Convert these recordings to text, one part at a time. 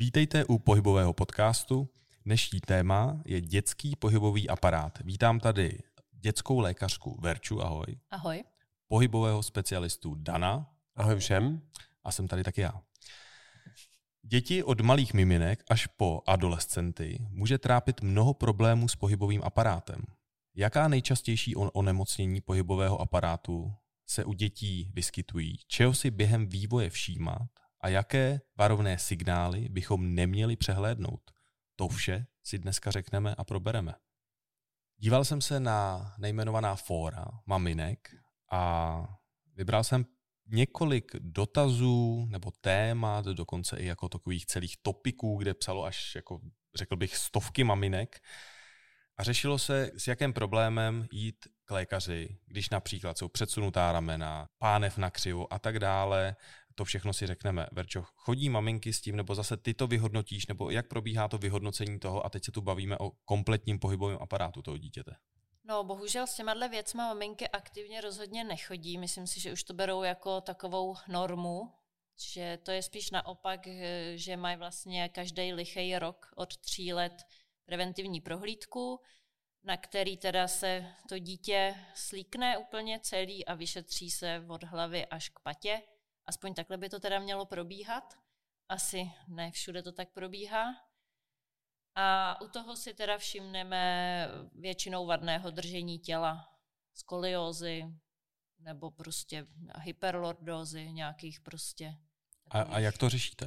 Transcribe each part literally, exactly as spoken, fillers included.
Vítejte u pohybového podcastu. Dnešní téma je dětský pohybový aparát. Vítám tady dětskou lékařku Verču, ahoj. Ahoj. Pohybového specialistu Dana. Ahoj všem. A jsem tady taky já. Děti od malých miminek až po adolescenty může trápit mnoho problémů s pohybovým aparátem. Jaká nejčastější onemocnění pohybového aparátu se u dětí vyskytují? Čeho si během vývoje všímat? A jaké varovné signály bychom neměli přehlédnout? To vše si dneska řekneme a probereme. Díval jsem se na nejmenovaná fóra maminek a vybral jsem několik dotazů nebo témat, dokonce i jako takových celých topiků, kde psalo až, jako řekl bych, stovky maminek. A řešilo se, s jakým problémem jít k lékaři, když například jsou předsunutá ramena, pánev na křivo a tak dále. To všechno si řekneme. Verčo, chodí maminky s tím, nebo zase ty to vyhodnotíš, nebo jak probíhá to vyhodnocení toho? A teď se tu bavíme o kompletním pohybovém aparátu toho dítěte. No, bohužel s těma věcma maminky aktivně rozhodně nechodí. Myslím si, že už to berou jako takovou normu, že to je spíš naopak, že mají vlastně každý lichý rok od tří let preventivní prohlídku, na který teda se to dítě slíkne úplně celý a vyšetří se od hlavy až k patě. Aspoň takhle by to teda mělo probíhat. Asi ne všude to tak probíhá. A u toho si teda všimneme většinou vadného držení těla, skoliózy nebo prostě hyperlordózy nějakých prostě. A, a jak to řešíte?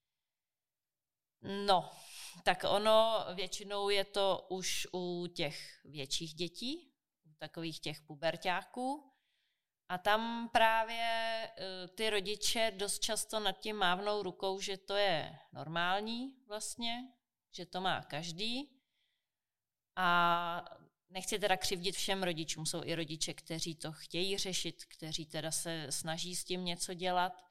No, tak ono většinou je to už u těch větších dětí, u takových těch puberťáků. A tam právě ty rodiče dost často nad tím mávnou rukou, že to je normální vlastně, že to má každý. A nechci teda křivdit všem rodičům, jsou i rodiče, kteří to chtějí řešit, kteří teda se snaží s tím něco dělat.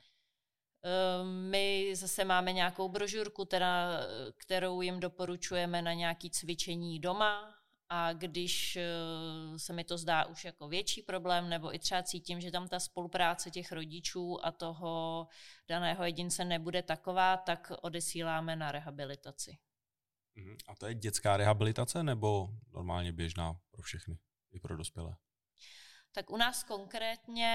My zase máme nějakou brožurku, teda, kterou jim doporučujeme na nějaké cvičení doma. A když se mi to zdá už jako větší problém, nebo i třeba cítím, že tam ta spolupráce těch rodičů a toho daného jedince nebude taková, tak odesíláme na rehabilitaci. A to je dětská rehabilitace nebo normálně běžná pro všechny, i pro dospělé? Tak u nás konkrétně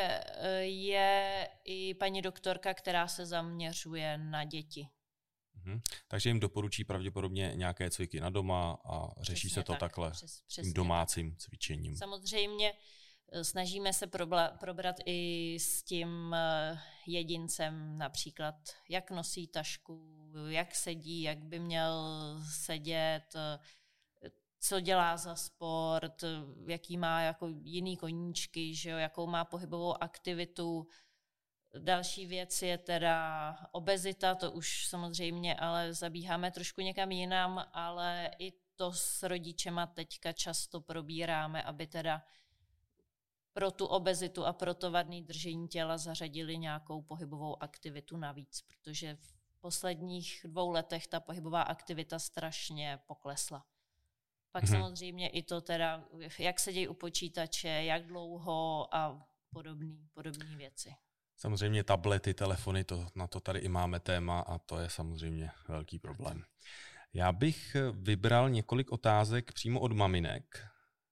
je i paní doktorka, která se zaměřuje na děti. Mhm. Takže jim doporučí pravděpodobně nějaké cviky na doma a řeší přesně se to tak, takhle přes, tím domácím tak. cvičením. Samozřejmě snažíme se probla, probrat i s tím jedincem například, jak nosí tašku, jak sedí, jak by měl sedět, co dělá za sport, jaký má jako jiný koníčky, že jo, jakou má pohybovou aktivitu. Další věc je teda obezita, to už samozřejmě, ale zabíháme trošku někam jinam, ale i to s rodičema teďka často probíráme, aby teda pro tu obezitu a pro to vadné držení těla zařadili nějakou pohybovou aktivitu navíc, protože v posledních dvou letech ta pohybová aktivita strašně poklesla. Pak hmm. samozřejmě i to teda, jak sedějí u počítače, jak dlouho a podobné podobné věci. Samozřejmě tablety, telefony, to, na to tady i máme téma a to je samozřejmě velký problém. Já bych vybral několik otázek přímo od maminek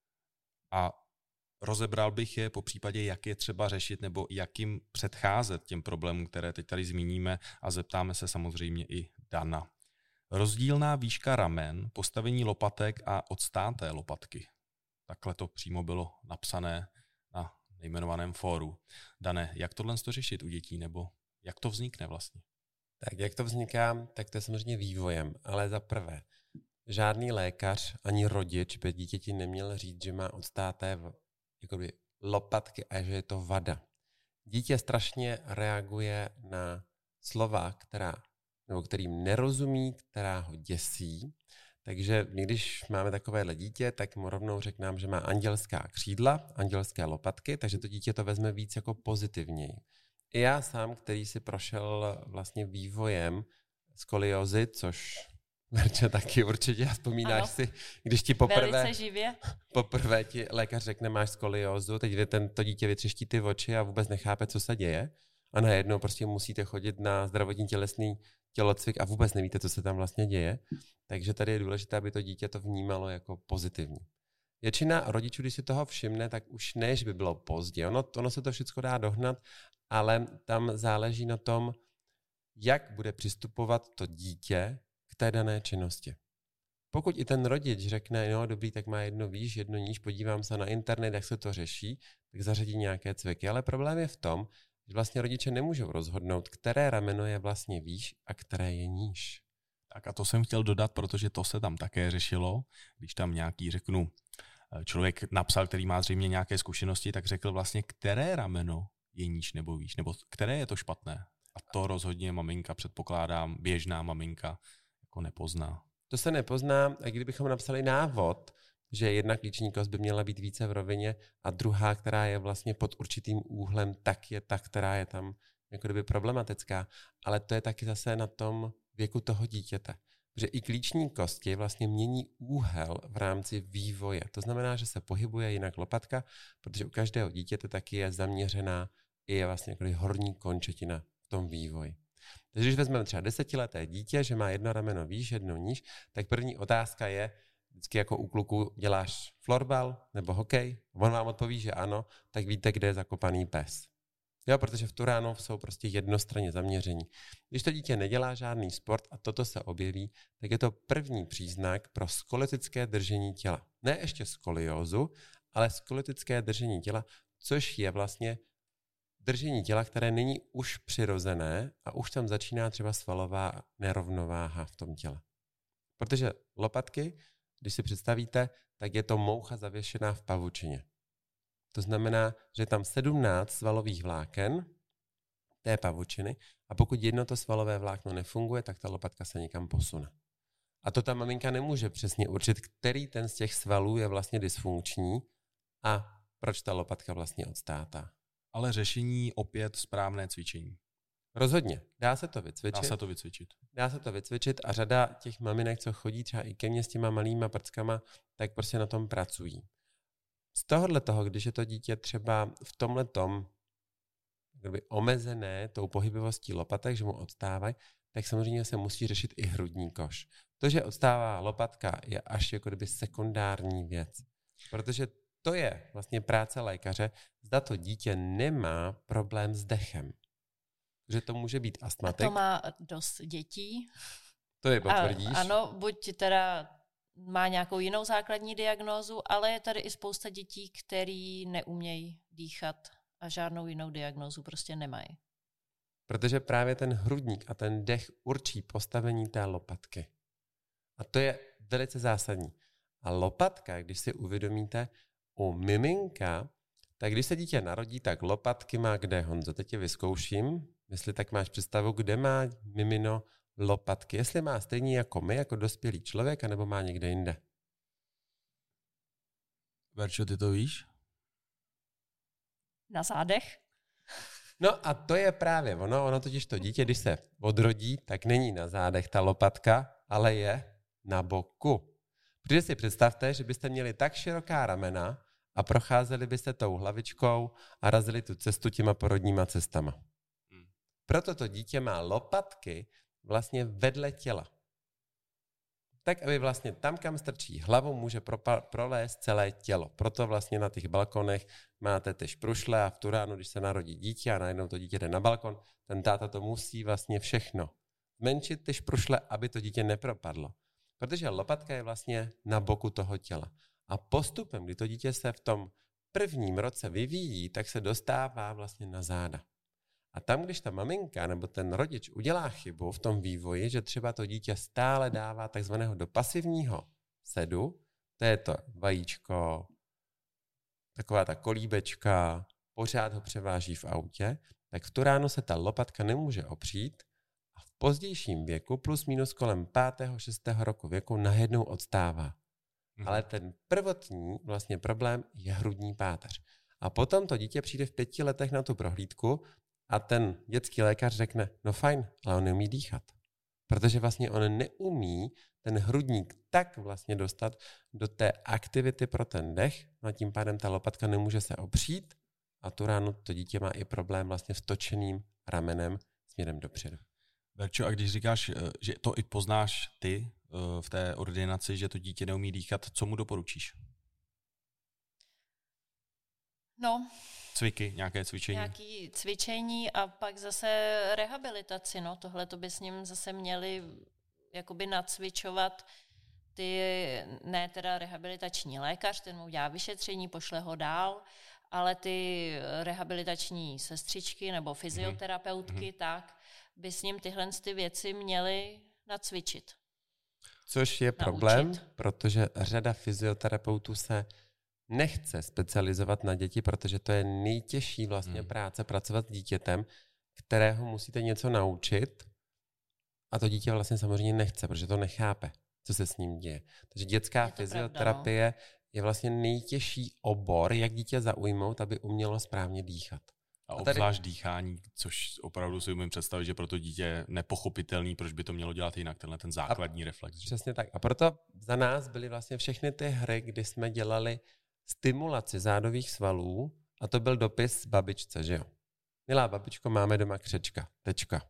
a rozebral bych je po případě, jak je třeba řešit nebo jak jim předcházet těm problémům, které teď tady zmíníme a zeptáme se samozřejmě i Dana. Rozdílná výška ramen, postavení lopatek a odstáté lopatky. Takhle to přímo bylo napsané na nejmenovaném fóru. Dane, jak tohle to řešit u dětí, nebo jak to vznikne vlastně? Tak jak to vzniká, tak to je samozřejmě vývojem, ale za prvé, žádný lékař ani rodič by dítěti neměl říct, že má odstáté jakoby, lopatky a že je to vada. Dítě strašně reaguje na slova, která, nebo kterým nerozumí, která ho děsí. Takže my, když máme takovéhle dítě, tak mu rovnou řeknám, že má andělská křídla, andělské lopatky, takže to dítě to vezme víc jako pozitivněji. I já sám, který si prošel vlastně vývojem skoliózy, což Verča taky určitě, a vzpomínáš ano. si, když ti poprvé, poprvé ti lékař řekne, máš skoliózu, teď ten, to dítě vytřeští ty oči a vůbec nechápe, co se děje. a najednou prostě musíte chodit na zdravotní tělesný tělocvik a vůbec nevíte, co se tam vlastně děje. Takže tady je důležité, aby to dítě to vnímalo jako pozitivní. Většina rodičů, když si toho všimne, tak už ne, že by bylo pozdě. Ono, ono se to všechno dá dohnat, ale tam záleží na tom, jak bude přistupovat to dítě k té dané činnosti. Pokud i ten rodič řekne, no dobrý, tak má jedno výš, jedno níž, podívám se na internet, jak se to řeší, tak zařadí nějaké cviky. Ale problém je v tom, že vlastně rodiče nemůžou rozhodnout, které rameno je vlastně výš a které je níž. Tak a to jsem chtěl dodat, protože to se tam také řešilo, když tam nějaký, řeknu, člověk napsal, který má zřejmě nějaké zkušenosti, tak řekl vlastně, které rameno je níž nebo výš, nebo které je to špatné. A to rozhodně maminka, předpokládám, běžná maminka jako nepozná. To se nepozná, a kdybychom napsali návod, že jedna klíční kost by měla být více v rovině a druhá, která je vlastně pod určitým úhlem, tak je ta, která je tam jako kdyby problematická. Ale to je taky zase na tom věku toho dítěte. Protože i klíční kosti vlastně mění úhel v rámci vývoje. To znamená, že se pohybuje jinak lopatka, protože u každého dítěte taky je zaměřená i je vlastně jako horní končetina v tom vývoji. Takže když vezmeme třeba desetileté dítě, že má jedno rameno výš, jedno níž, tak první otázka je, vždycky jako u kluku děláš florbal nebo hokej, on vám odpoví, že ano, tak víte, kde je zakopaný pes. Jo, protože v tu ráno jsou prostě jednostranně zaměření. Když to dítě nedělá žádný sport a toto se objeví, tak je to první příznak pro skoliotické držení těla. Ne ještě skoliózu, ale skoliotické držení těla, což je vlastně držení těla, které není už přirozené a už tam začíná třeba svalová nerovnováha v tom těle. Protože lopatky, když si představíte, tak je to moucha zavěšená v pavučině. To znamená, že je tam sedmnáct svalových vláken té pavučiny a pokud jedno to svalové vlákno nefunguje, tak ta lopatka se někam posune. A to ta maminka nemůže přesně určit, který ten z těch svalů je vlastně dysfunkční a proč ta lopatka vlastně odstátá. Ale řešení opět správné cvičení. Rozhodně. Dá se to vycvičit. Dá se to vycvičit. Dá se to vycvičit a řada těch maminek, co chodí třeba i ke mně s těma malýma prckama, tak prostě na tom pracují. Z tohohle toho, když je to dítě třeba v tomhletom omezené tou pohybivostí lopatek, že mu odstávají, tak samozřejmě se musí řešit i hrudní koš. To, že odstává lopatka, je až jako kdyby sekundární věc. Protože to je vlastně práce lékaře, zda to dítě nemá problém s dechem. Že to může být astmatik. A to má dost dětí. To je potvrdíš. A, ano, buď teda má nějakou jinou základní diagnózu, ale je tady i spousta dětí, který neumějí dýchat a žádnou jinou diagnózu prostě nemají. Protože právě ten hrudník a ten dech určí postavení té lopatky. A to je velice zásadní. A lopatka, když si uvědomíte, u miminka, tak když se dítě narodí, tak lopatky má kde, Honzo? Teď tě vyzkouším, jestli tak máš představu, kde má mimino lopatky. Jestli má stejně jako my, jako dospělý člověk, anebo má někde jinde. Verčo, ty to víš? Na zádech? No a to je právě ono, ono totiž to dítě, když se odrodí, tak není na zádech ta lopatka, ale je na boku. Protože si představte, že byste měli tak široká ramena a procházeli byste tou hlavičkou a razili tu cestu těma porodníma cestama. Hmm. Proto to dítě má lopatky vlastně vedle těla. Tak, aby vlastně tam, kam strčí hlavu, může propa- prolézt celé tělo. Proto vlastně na těch balkonech máte ty šprušle a v tu ránu, když se narodí dítě a najednou to dítě jde na balkon, ten táta to musí vlastně všechno zmenšit ty šprušle, aby to dítě nepropadlo. Protože lopatka je vlastně na boku toho těla. A postupem, kdy to dítě se v tom prvním roce vyvíjí, tak se dostává vlastně na záda. A tam, když ta maminka nebo ten rodič udělá chybu v tom vývoji, že třeba to dítě stále dává takzvaného do pasivního sedu, to je to vajíčko, taková ta kolíbečka, pořád ho převáží v autě, tak v tu ránu se ta lopatka nemůže opřít a v pozdějším věku, plus minus kolem pátého, šestého roku věku, najednou odstává. Mhm. Ale ten prvotní vlastně problém je hrudní páteř. A potom to dítě přijde v pěti letech na tu prohlídku a ten dětský lékař řekne, no fajn, ale on neumí dýchat. Protože vlastně on neumí ten hrudník tak vlastně dostat do té aktivity pro ten dech, no a tím pádem ta lopatka nemůže se opřít a tu ránu to dítě má i problém vlastně s točeným ramenem směrem dopředu. Verčo, a když říkáš, že to i poznáš ty v té ordinaci, že to dítě neumí dýchat, co mu doporučíš? No, cviky, nějaké cvičení? Nějaké cvičení a pak zase rehabilitaci. No. Tohle to by s ním zase měli jakoby nacvičovat ty, ne teda rehabilitační lékař, ten mu udělá vyšetření, pošle ho dál, ale ty rehabilitační sestřičky nebo fyzioterapeutky, mm-hmm. tak by s ním tyhle ty věci měly nacvičit. Což je problém, naučit. Protože řada fyzioterapeutů se nechce specializovat na děti, protože to je nejtěžší vlastně hmm. práce pracovat s dítětem, kterého musíte něco naučit a to dítě vlastně samozřejmě nechce, protože to nechápe, co se s ním děje. Takže dětská fyzioterapie pravda, no. je vlastně nejtěžší obor, jak dítě zaujmout, aby umělo správně dýchat. A obzvlášť dýchání, což opravdu si umím představit, že pro to dítě je nepochopitelný, proč by to mělo dělat jinak, tenhle ten základní a reflex. Že? Přesně tak. A proto za nás byly vlastně všechny ty hry, kdy jsme dělali stimulaci zádových svalů a to byl dopis babičce, že jo. Milá babičko, máme doma křečka. Tečka.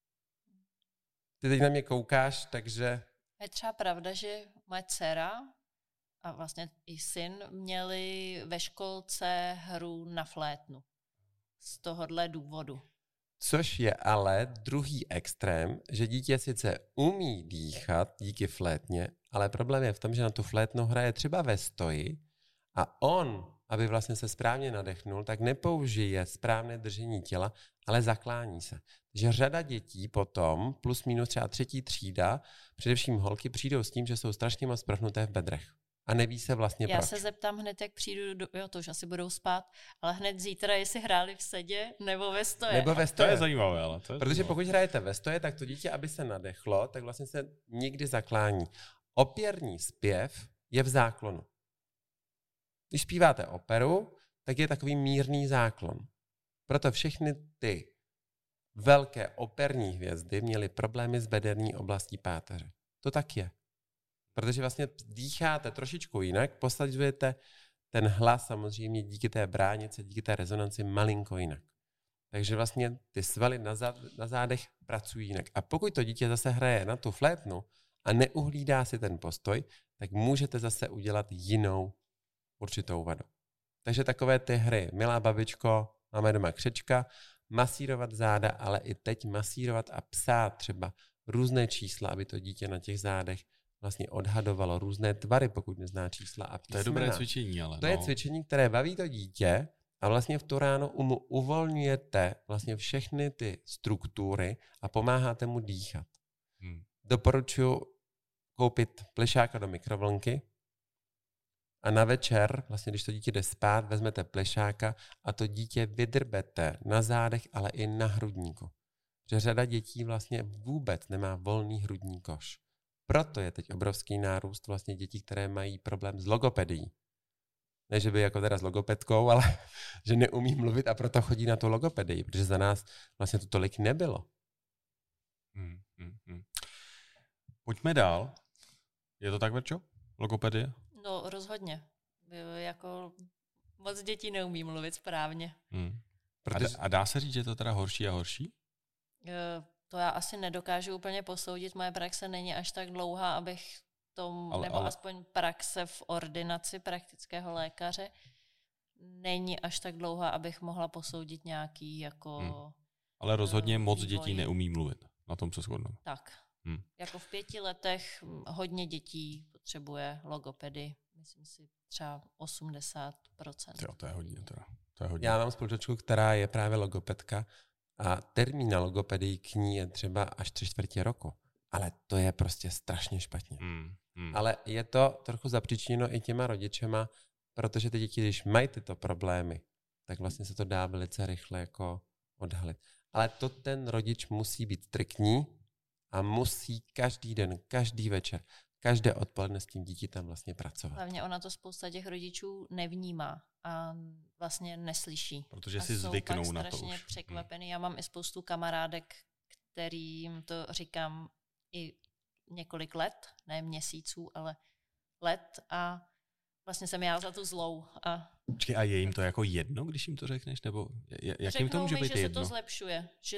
Ty teď na mě koukáš, takže... Je třeba pravda, že moje dcera a vlastně i syn měli ve školce hru na flétnu. Z tohohle důvodu. Což je ale druhý extrém, že dítě sice umí dýchat díky flétně, ale problém je v tom, že na tu flétnu hraje třeba ve stoji a on, aby vlastně se správně nadechnul, tak nepoužije správné držení těla, ale zaklání se. Takže řada dětí potom, plus minus třeba třetí třída, především holky, přijdou s tím, že jsou strašně moc prohnuté v bedrech. A neví se vlastně Já proč. se zeptám hned, jak přijdu, do, jo, to už asi budou spát, ale hned zítra, jestli hráli v sedě nebo ve stoje. Nebo ve stoje. To je zajímavé, ale to je Protože zajímavé. pokud hrajete ve stoje, tak to dítě, aby se nadechlo, tak vlastně se nikdy zaklání. Opěrný zpěv je v záklonu. Když zpíváte operu, tak je takový mírný záklon. Proto všechny ty velké operní hvězdy měly problémy s bederní oblastí páteře. To tak je. Protože vlastně dýcháte trošičku jinak, posadzujete ten hlas samozřejmě díky té bránice, díky té rezonanci malinko jinak. Takže vlastně ty svaly na, zá, na zádech pracují jinak. A pokud to dítě zase hraje na tu flétnu a neuhlídá si ten postoj, tak můžete zase udělat jinou určitou vadu. Takže takové ty hry, milá babičko, máme doma křečka, masírovat záda, ale i teď masírovat a psát třeba různé čísla, aby to dítě na těch zádech vlastně odhadovalo různé tvary, pokud nezná čísla a písmena. To je dobré cvičení, ale. To no. je cvičení, které baví to dítě a vlastně v tu ráno mu uvolňujete vlastně všechny ty struktury a pomáháte mu dýchat. Hmm. Doporučuji koupit plešáka do mikrovlnky a na večer, vlastně když to dítě jde spát, vezmete plešáka a to dítě vydrbete na zádech, ale i na hrudníku. Že řada dětí vlastně vůbec nemá volný hrudní koš. Proto je teď obrovský nárůst vlastně dětí, které mají problém s logopedií. Ne, že by jako teda s logopedkou, ale že neumí mluvit a proto chodí na tu logopedii, protože za nás vlastně to tolik nebylo. Hmm, hmm, hmm. Pojďme dál. Je to tak, Verčo? Logopedie? No rozhodně. Jako moc dětí neumí mluvit správně. Hmm. Protože... A, dá, a dá se říct, že je to teda horší a horší? Uh, To já asi nedokážu úplně posoudit. Moje praxe není až tak dlouhá, abych tom, ale, nebo ale... aspoň praxe v ordinaci praktického lékaře není až tak dlouhá, abych mohla posoudit nějaký jako... Hmm. Ale rozhodně uh, moc vývoj. Dětí neumí mluvit. Na tom se shodneme. Tak. Hmm. Jako v pěti letech hodně dětí potřebuje logopedy. Myslím si třeba osmdesát procent. Jo, to je hodně. Teda. To je hodně. Já mám spolužačku, která je právě logopedka. A termín na logopedii k ní je třeba až tři čtvrtě roku. Ale to je prostě strašně špatně. Mm, mm. Ale je to trochu zapříčiněno i těma rodičema, protože ty děti, když mají tyto problémy, tak vlastně se to dá velice rychle jako odhalit. Ale to ten rodič musí být striktní a musí každý den, každý večer, každé odpoledne s tím dítětem vlastně pracovat. Hlavně ona to spousta těch rodičů nevnímá a vlastně neslyší. Protože si zvyknou na to už. Strašně překvapený. Já mám i spoustu kamarádek, kterým to říkám i několik let, ne měsíců, ale let a vlastně jsem já za tu zlou. A... Počkej, a je jim to jako jedno, když jim to řekneš? Nebo jak jim to může mi, být že jedno? se to zlepšuje, že,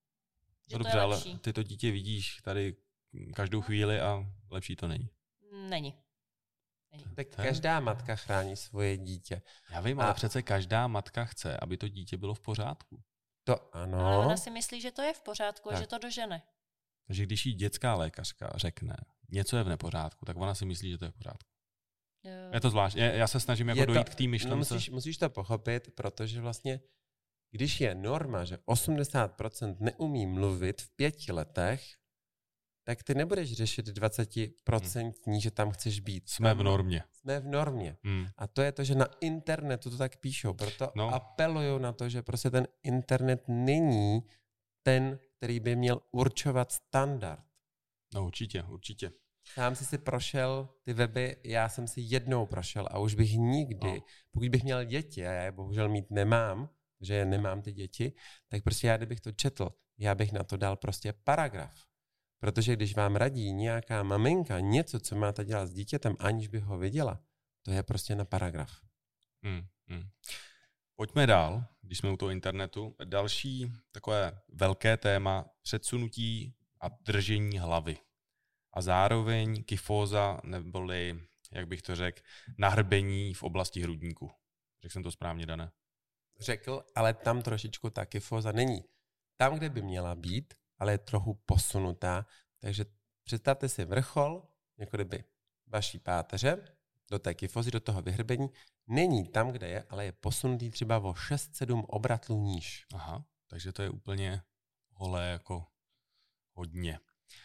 že no dobře, to je ale lepší. ty to dítě vidíš tady každou chvíli a lepší to není. Není. není. Tak každá matka chrání svoje dítě. Já vím, a... ale přece každá matka chce, aby to dítě bylo v pořádku. To ano. Ale ona si myslí, že to je v pořádku tak. a že to dožene. Takže když jí dětská lékařka řekne, něco je v nepořádku, tak ona si myslí, že to je v pořádku. Jo. Je to zvlášť. Já se snažím jako dojít k té myšlence. No musíš, musíš to pochopit, protože vlastně, když je norma, že osmdesát procent neumí mluvit v pěti letech, tak ty nebudeš řešit dvacet procent, hmm. že tam chceš být. Jsme tam, v normě. Jsme v normě. Hmm. A to je to, že na internetu to tak píšou. Proto no. apeluju na to, že prostě ten internet není ten, který by měl určovat standard. No určitě, určitě. Sám jsi si prošel ty weby, já jsem si jednou prošel a už bych nikdy, no. pokud bych měl děti, a já je bohužel mít nemám, že je nemám ty děti, tak prostě já, kdybych to četl, já bych na to dal prostě paragraf. Protože když vám radí nějaká maminka něco, co máte dělat s dítětem, aniž by ho viděla, to je prostě na paragraf. Hmm, hmm. Pojďme dál, když jsme u toho internetu. Další takové velké téma, předsunutí a držení hlavy. A zároveň kyfóza, neboli, jak bych to řekl, nahrbení v oblasti hrudníku. Řekl jsem to správně, Dané? Řekl, ale tam trošičku ta kyfóza není. Tam, kde by měla být, ale je trochu posunutá. Takže představte si vrchol, jako kdyby vaší páteře, do té kyfózy, do toho vyhrbení, není tam, kde je, ale je posunutý třeba o šest sedm obratlů níž. Aha, takže to je úplně holé jako hodně.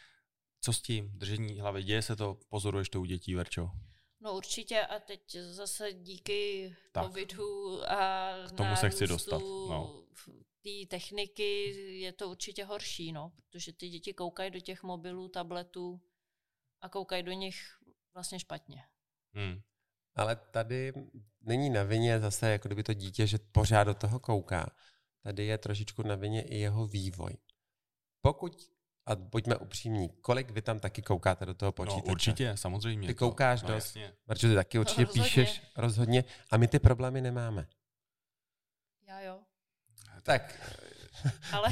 Co s tím držení hlavy? Děje se to? Pozoruješ to u dětí, Verčo? No určitě a teď zase díky tak. covidu a k tomu se chci dostat. No. té techniky je to určitě horší, no, protože ty děti koukají do těch mobilů, tabletů a koukají do nich vlastně špatně. Hmm. Ale tady není na vině zase, jako kdyby to dítě, že pořád do toho kouká. Tady je trošičku na vině i jeho vývoj. Pokud, a buďme upřímní, kolik vy tam taky koukáte do toho počítače? No určitě, samozřejmě. Ty koukáš no, dost, protože ty taky určitě no, píšeš rozhodně a my ty problémy nemáme. Já jo. Tak. Ale,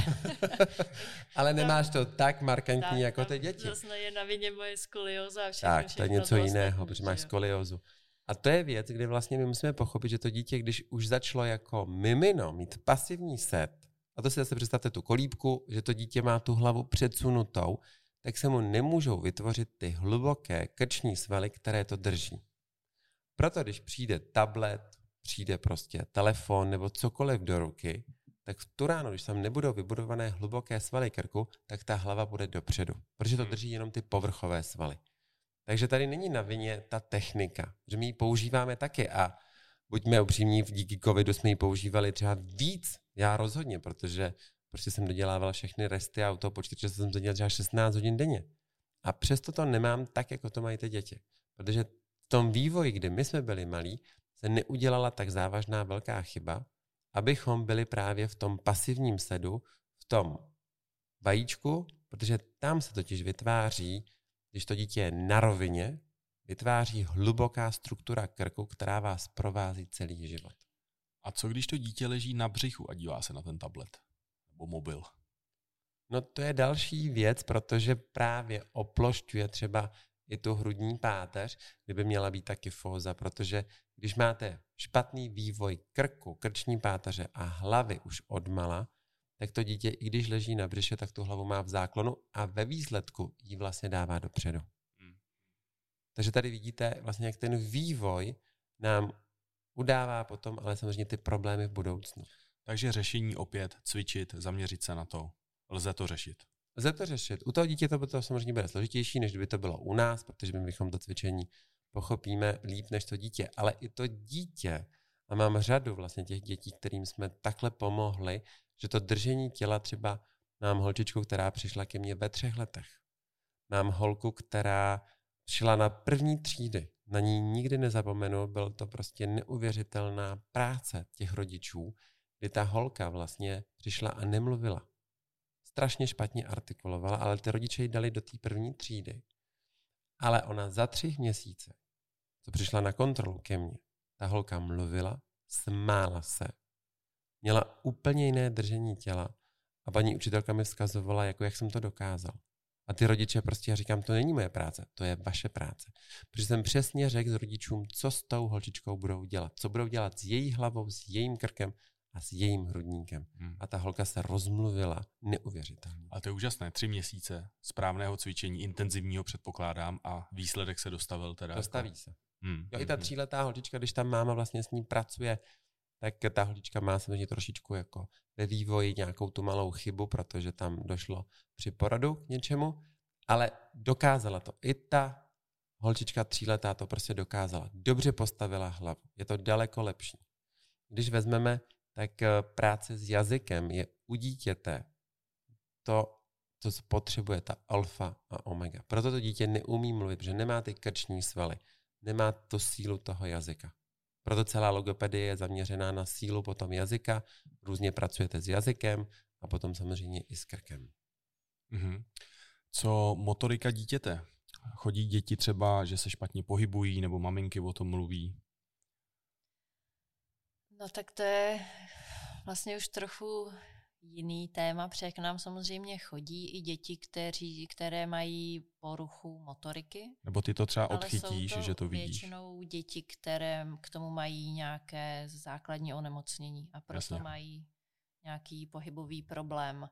ale nemáš to tak markantní tak, jako ty děti. Zase je na vině moje skolioza a všechno. Tak, to je něco jiného, protože máš skoliozu. A to je věc, kdy vlastně my musíme pochopit, že to dítě, když už začalo jako mimino mít pasivní set, a to si zase představte tu kolíbku, že to dítě má tu hlavu předsunutou, tak se mu nemůžou vytvořit ty hluboké krční svaly, které to drží. Proto když přijde tablet, přijde prostě telefon nebo cokoliv do ruky, tak v tu ráno, když tam nebudou vybudované hluboké svaly krku, tak ta hlava bude dopředu, protože to drží jenom ty povrchové svaly. Takže tady není na vině ta technika, že my ji používáme taky a buďme upřímní, díky covidu jsme ji používali třeba víc, já rozhodně, protože prostě jsem dodělával všechny resty a u toho počítače jsem to dělal třeba šestnáct hodin denně. A přesto to nemám tak, jako to mají ty děti. Protože v tom vývoji, kdy my jsme byli malí, se neudělala tak závažná velká chyba, abychom byli právě v tom pasivním sedu, v tom vajíčku, protože tam se totiž vytváří, když to dítě je na rovině, vytváří hluboká struktura krku, která vás provází celý život. A co když to dítě leží na břichu a dívá se na ten tablet nebo mobil? No to je další věc, protože právě oplošťuje třeba i tu hrudní páteř, kdyby měla být ta kyfóza, protože když máte špatný vývoj krku, krční páteře a hlavy už odmala, tak to dítě, i když leží na břiše, tak tu hlavu má v záklonu a ve výsledku ji vlastně dává dopředu. Hmm. Takže tady vidíte vlastně, jak ten vývoj nám udává potom, ale samozřejmě ty problémy v budoucnu. Takže řešení opět cvičit, zaměřit se na to. Lze to řešit. Lze to řešit. U toho dítě to, to samozřejmě bude složitější, než kdyby to bylo u nás, protože my bychom to cvičení pochopíme líp než to dítě. Ale i to dítě, a mám řadu vlastně těch dětí, kterým jsme takhle pomohli, že to držení těla třeba, mám holčičku, která přišla ke mně ve třech letech. Mám holku, která šla na první třídy. Na ní nikdy nezapomenu, byl to prostě neuvěřitelná práce těch rodičů, kdy ta holka vlastně přišla a nemluvila. Strašně špatně artikulovala, ale ty rodiče ji dali do té první třídy. Ale ona za tři měsíce, co přišla na kontrolu ke mně, ta holka mluvila, smála se, měla úplně jiné držení těla a paní učitelka mi vzkazovala, jako jak jsem to dokázal. A ty rodiče prostě, já říkám, to není moje práce, to je vaše práce. Protože jsem přesně řekl s rodičům, co s tou holčičkou budou dělat. Co budou dělat s její hlavou, s jejím krkem a s jejím hrudníkem. Hmm. A ta holka se rozmluvila neuvěřitelně. A to je úžasné. Tři měsíce správného cvičení, intenzivního předpokládám a výsledek se dostavil teda. Dostaví jako... se. Hmm. Jo, i ta tříletá holčička, když tam máma vlastně s ní pracuje, tak ta holčička má samozřejmě trošičku jako ve vývoji nějakou tu malou chybu, protože tam došlo při porodu k něčemu, ale dokázala to. I ta holčička tříletá to prostě dokázala. Dobře postavila hlavu. Je to daleko lepší. Když vezmeme, tak práce s jazykem je u dítěte to, co potřebuje ta alfa a omega. Proto to dítě neumí mluvit, protože nemá ty krční svaly, nemá tu sílu toho jazyka. Proto celá logopedie je zaměřená na sílu potom jazyka, různě pracujete s jazykem a potom samozřejmě i s krkem. Mm-hmm. Co motorika dítěte? Chodí děti třeba, že se špatně pohybují, nebo maminky o tom mluví? No tak to je vlastně už trochu jiný téma, protože k nám samozřejmě chodí i děti, kteří, které mají poruchu motoriky. Nebo ty to třeba ale odchytíš, jsou to že to vidíš? většinou děti, které k tomu mají nějaké základní onemocnění a proto Jasně. mají nějaký pohybový problém.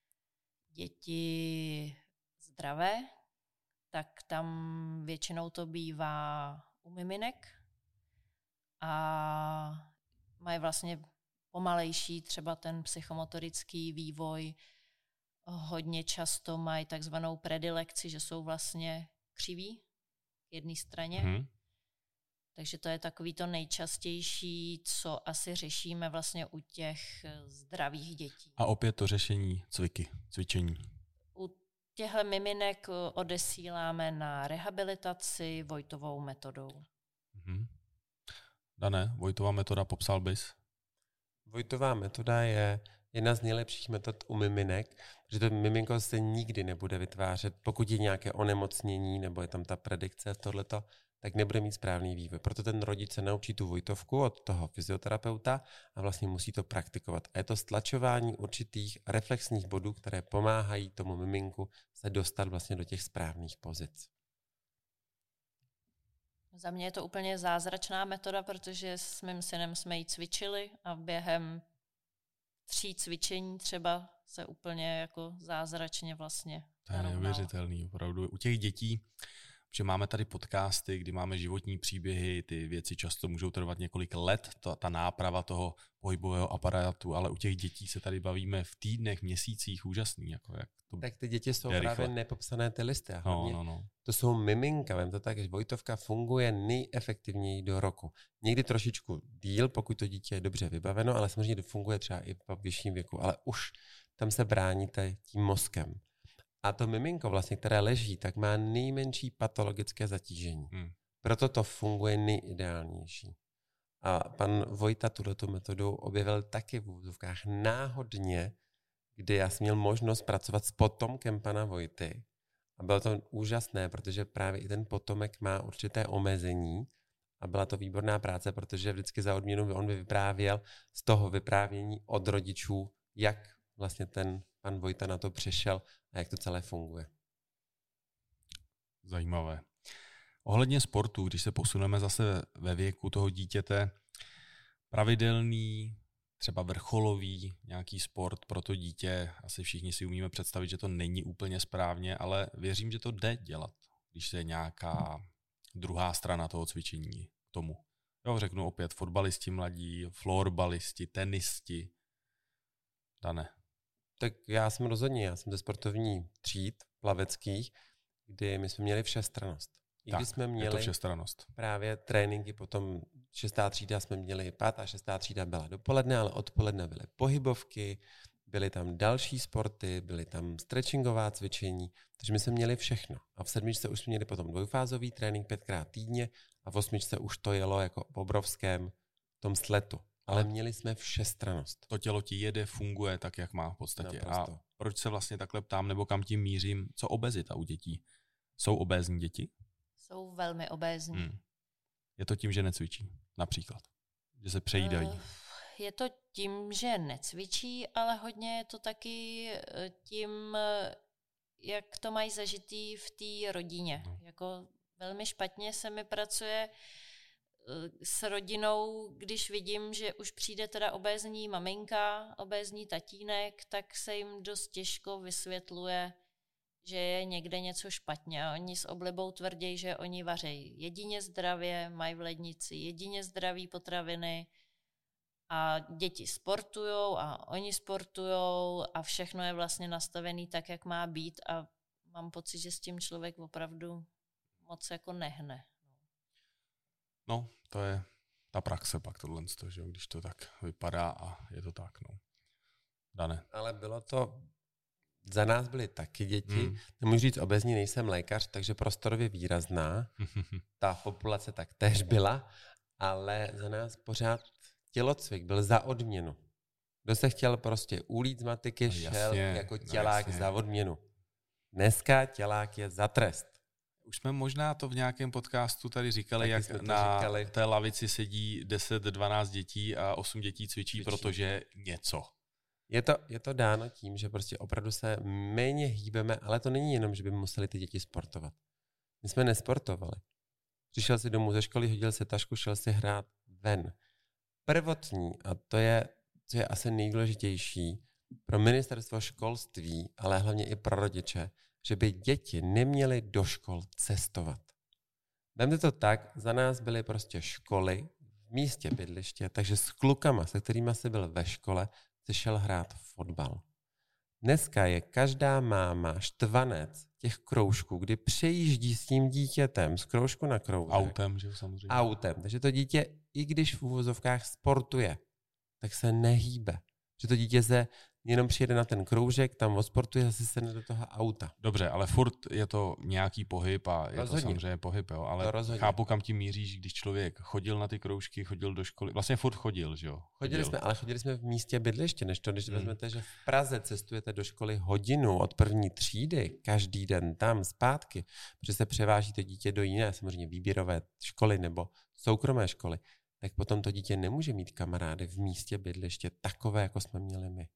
Děti zdravé, tak tam většinou to bývá u miminek a mají vlastně pomalejší třeba ten psychomotorický vývoj. Hodně často mají takzvanou predilekci, že jsou vlastně křiví k jedné straně. Hmm. Takže to je takový to nejčastější, co asi řešíme vlastně u těch zdravých dětí. A opět to řešení cviky, cvičení. U těchto miminek odesíláme na rehabilitaci Vojtovou metodou. Hmm. Dané, Vojtová metoda, popsal bys? Vojtová metoda je jedna z nejlepších metod u miminek, protože to miminko se nikdy nebude vytvářet, pokud je nějaké onemocnění nebo je tam ta predikce tohleto, tak nebude mít správný vývoj. Proto ten rodič se naučí tu Vojtovku od toho fyzioterapeuta a vlastně musí to praktikovat. A je to stlačování určitých reflexních bodů, které pomáhají tomu miminku se dostat vlastně do těch správných pozic. Za mě je to úplně zázračná metoda, protože s mým synem jsme ji cvičili a během tří cvičení třeba se úplně jako zázračně vlastně To je narovnalo. neuvěřitelný, opravdu. U těch dětí, že máme tady podcasty, kdy máme životní příběhy, ty věci často můžou trvat několik let, to, ta náprava toho pohybového aparátu, ale u těch dětí se tady bavíme v týdnech, měsících, úžasný. Jako jak to Tak ty děti jsou je právě rychle. nepopsané ty listy. A No, hlavně no, no. to jsou miminka, vem to tak, že Vojtovka funguje nejefektivněji do roku. Někdy trošičku díl, pokud to dítě je dobře vybaveno, ale samozřejmě funguje třeba i po vyšším věku, ale už tam se bráníte tím mozkem. A to miminko vlastně, které leží, tak má nejmenší patologické zatížení. Hmm. Proto to funguje nejideálnější. A pan Vojta tuhletu metodu objevil taky v úvozovkách náhodně, kdy já jsem měl možnost pracovat s potomkem pana Vojty. A bylo to úžasné, protože právě i ten potomek má určité omezení a byla to výborná práce, protože vždycky za odměnu on by vyprávěl z toho vyprávění od rodičů, jak vlastně ten pan Vojta na to přišel a jak to celé funguje. Zajímavé. Ohledně sportu, když se posuneme zase ve věku toho dítěte, pravidelný, třeba vrcholový nějaký sport pro to dítě, asi všichni si umíme představit, že to není úplně správně, ale věřím, že to jde dělat, když se nějaká druhá strana toho cvičení k tomu. Jo, řeknu opět fotbalisti mladí, florbalisti, tenisti. Dané. Tak já jsem rozhodně, já jsem ze sportovní tříd plaveckých, kdy my jsme měli všestrannost. I tak, když jsme měli je to všestrannost. Právě tréninky, potom šestá třída jsme měli, pátá, šestá třída byla dopoledne, ale odpoledne byly pohybovky, byly tam další sporty, byly tam stretchingová cvičení, takže my jsme měli všechno. A v sedmičce už jsme měli potom dvojfázový trénink pětkrát týdně a v osmičce už to jelo jako v obrovském tom sletu. Ale měli jsme všestrannost. To tělo ti jede, funguje tak, jak má v podstatě. Naprosto. A proč se vlastně takhle ptám, nebo kam tím mířím, co obezita u dětí? Jsou obézní děti? Jsou velmi obézní. Hmm. Je to tím, že necvičí, například? Že se přejídají? Uh, je to tím, že necvičí, ale hodně je to taky tím, jak to mají zažitý v té rodině. No. Jako velmi špatně se mi pracuje s rodinou, když vidím, že už přijde teda obézní maminka, obézní tatínek, tak se jim dost těžko vysvětluje, že je někde něco špatně. Oni s oblibou tvrdí, že oni vařejí jedině zdravě, mají v lednici jedině zdraví potraviny a děti sportujou a oni sportujou a všechno je vlastně nastavené tak, jak má být a mám pocit, že s tím člověk opravdu moc jako nehne. No, to je ta praxe pak tohle, že když to tak vypadá a je to tak, no. Dane. Ale bylo to, za nás byly taky děti, hmm. nemůžu říct obezní, nejsem lékař, takže prostorově výrazná, ta populace tak též byla, ale za nás pořád tělocvik byl za odměnu. Kdo se chtěl prostě ulít z matiky, no, šel jasně, jako tělák no, za odměnu. Dneska tělák je za trest. Už jsme možná to v nějakém podcastu tady říkali, taky jak na říkali. Té lavici sedí deset dvanáct dětí a osm dětí cvičí, cvičí. Protože něco. Je to, je to dáno tím, že prostě opravdu se méně hýbeme, ale to není jenom, že by museli ty děti sportovat. My jsme nesportovali. Přišel si domů ze školy, hodil si tašku, šel si hrát ven. Prvotní, a to je, co je asi nejdůležitější pro ministerstvo školství, ale hlavně i pro rodiče, že by děti neměly do škol cestovat. Vemte to tak, za nás byly prostě školy v místě bydliště, takže s klukama, se kterými jsi byl ve škole, jsi šel hrát fotbal. Dneska je každá máma štvanec těch kroužků, kdy přejíždí s tím dítětem z kroužku na kroužek. Autem, že samozřejmě. Autem. Takže to dítě, i když v uvozovkách sportuje, tak se nehýbe. Že to dítě se jenom přijede na ten kroužek, tam odsportuje, zase sedne do toho auta. Dobře, ale furt je to nějaký pohyb a je rozhodně. To samozřejmě pohyb, jo, ale chápu, kam tím míříš, když člověk chodil na ty kroužky, chodil do školy, vlastně furt chodil, že jo? Chodil. Chodili jsme, ale chodili jsme v místě bydliště, než to, když hmm. vezmete, že v Praze cestujete do školy hodinu od první třídy, každý den tam zpátky, protože se převážíte dítě do jiné, samozřejmě výběrové školy nebo soukromé školy, tak potom to dítě nemůže mít kamarády v místě bydliště takové, jako jsme měli my.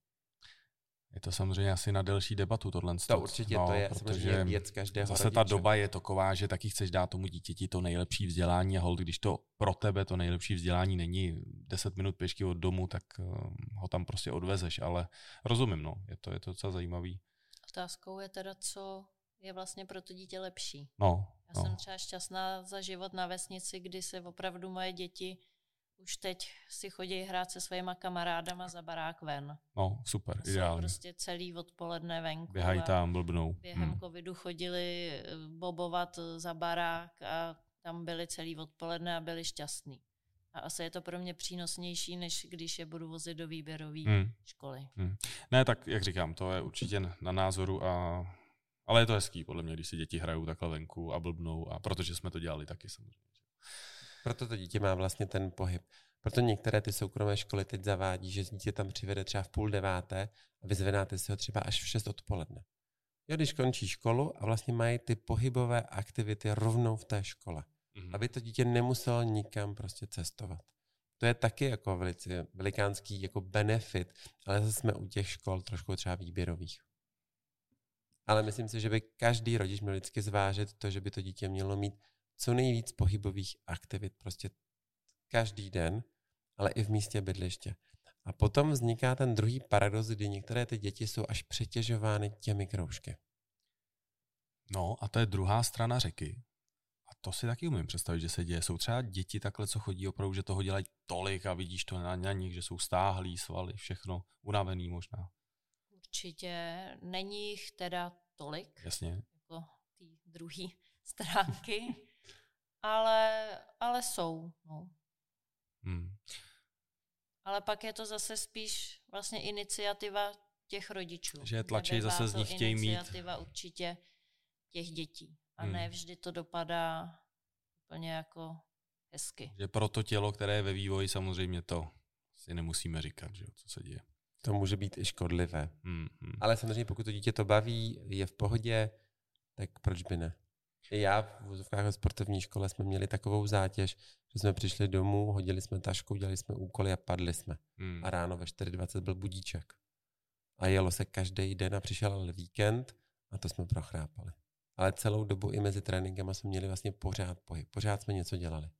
Je to samozřejmě asi na delší debatu tohle. To určitě no, to je samozřejmě věc každého zase rodiče. Ta doba je taková, že taky chceš dát tomu dítěti to nejlepší vzdělání a hold, když to pro tebe to nejlepší vzdělání není deset minut pěšky od domu, tak ho tam prostě odvezeš, ale rozumím, no, je to, je to docela zajímavý. Otázkou je teda, co je vlastně pro to dítě lepší. No, Já no. jsem třeba šťastná za život na vesnici, kdy se opravdu moje děti už teď si chodí hrát se svýma kamarádama za barák ven. No, super, Jsou ideálně. prostě celý odpoledne venku. Běhají tam, blbnou. Během hmm. covidu chodili bobovat za barák a tam byli celý odpoledne a byli šťastní. A asi je to pro mě přínosnější, než když je budu vozit do výběrové hmm. školy. Hmm. Ne, tak jak říkám, to je určitě na názoru, a... ale je to hezký, podle mě, když si děti hrajou takhle venku a blbnou, a protože jsme to dělali taky samozřejmě. Proto to dítě má vlastně ten pohyb. Proto některé ty soukromé školy teď zavádí, že dítě tam přivede třeba v půl deváté a vyzvedáte si ho třeba až v šest odpoledne. Jo, když končí školu a vlastně mají ty pohybové aktivity rovnou v té škole. Mm-hmm. Aby to dítě nemuselo nikam prostě cestovat. To je taky jako velice velikánský jako benefit, ale zase jsme u těch škol trošku třeba výběrových. Ale myslím si, že by každý rodič měl vždycky zvážit to, že by to dítě mělo mít co nejvíc pohybových aktivit prostě každý den, ale i v místě bydliště. A potom vzniká ten druhý paradox, kdy některé ty děti jsou až přetěžovány těmi kroužky. No a to je druhá strana řeky. A to si taky umím představit, že se děje. Jsou třeba děti takhle, co chodí opravdu, že toho dělají tolik a vidíš to na, na nich, že jsou stáhlí, svaly, všechno, unavený možná. Určitě není jich teda tolik. Jasně. Jako ty druhé stránky. Ale, ale jsou. No. Hmm. Ale pak je to zase spíš vlastně iniciativa těch rodičů. Že tlačí zase z nich chtějí mít. Iniciativa určitě těch dětí. A hmm. ne vždy to dopadá úplně jako hezky. Že pro to tělo, které je ve vývoji, samozřejmě to si nemusíme říkat, že, co se děje. To může být i škodlivé. Hmm, hmm. Ale samozřejmě pokud to dítě to baví, je v pohodě, tak proč by ne? Já v vozovkách ve sportovní škole jsme měli takovou zátěž, že jsme přišli domů, hodili jsme tašku, dělali jsme úkoly a padli jsme. Hmm. A ráno ve čtyři dvacet byl budíček. A jelo se každý den a přišel ale víkend a to jsme prochrápali. Ale celou dobu i mezi tréninkama jsme měli vlastně pořád pohyb. Pořád jsme něco dělali.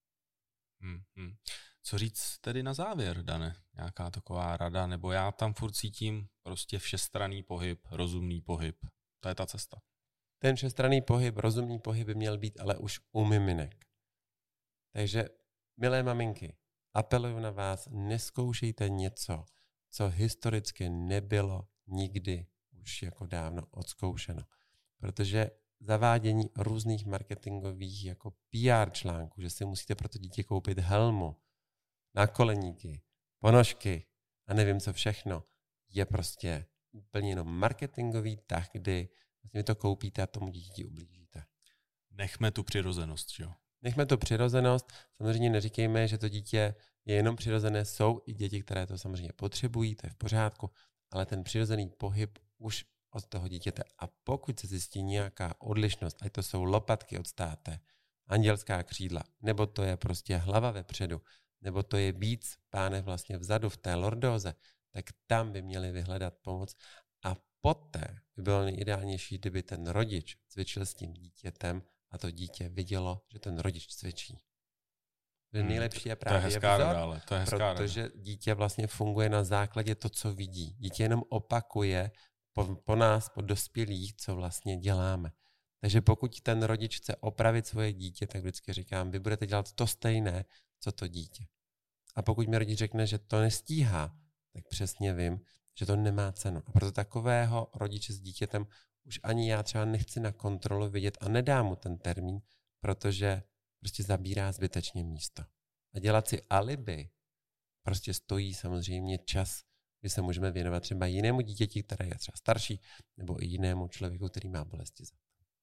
Hmm, hmm. Co říct tedy na závěr, Dane? Nějaká taková rada? Nebo já tam furt cítím prostě všestranný pohyb, rozumný pohyb. To je ta cesta. Ten všestranný pohyb, rozumný pohyb by měl být ale už u miminek. Takže, milé maminky, apeluju na vás, neskoušejte něco, co historicky nebylo nikdy už jako dávno odzkoušeno. Protože zavádění různých marketingových jako P R článků, že si musíte pro to dítě koupit helmu, nákoleníky, ponožky a nevím co všechno, je prostě úplně jenom marketingový tah, kdy vlastně vy to koupíte a tomu dítěti ublížíte. Nechme tu přirozenost, jo? Nechme tu přirozenost, samozřejmě neříkejme, že to dítě je jenom přirozené, jsou i děti, které to samozřejmě potřebují, to je v pořádku, ale ten přirozený pohyb už od toho dítěte. A pokud se zjistí nějaká odlišnost, ať to jsou lopatky od státe, andělská křídla, nebo to je prostě hlava vepředu, nebo to je víc pánev vlastně vzadu v té lordóze, tak tam by měli vyhledat pomoc. A poté by bylo nejideálnější, kdyby ten rodič cvičil s tím dítětem a to dítě vidělo, že ten rodič cvičí. Hmm, nejlepší je právě to je hezká vzor, rada, to je hezká protože rada. dítě vlastně funguje na základě to, co vidí. Dítě jenom opakuje po, po nás, po dospělých, co vlastně děláme. Takže pokud ten rodič chce opravit svoje dítě, tak vždycky říkám, vy budete dělat to stejné, co to dítě. A pokud mi rodič řekne, že to nestíhá, tak přesně vím, že to nemá cenu. A proto takového rodiče s dítětem už ani já třeba nechci na kontrolu vidět a nedám mu ten termín, protože prostě zabírá zbytečně místo. A dělat si alibi prostě stojí samozřejmě čas, kdy se můžeme věnovat třeba jinému dítěti, které je třeba starší, nebo i jinému člověku, který má bolesti zad.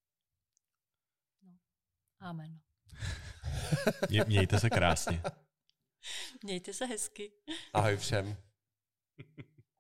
No. Amen. Mě, mějte se krásně. Mějte se hezky. Ahoj všem.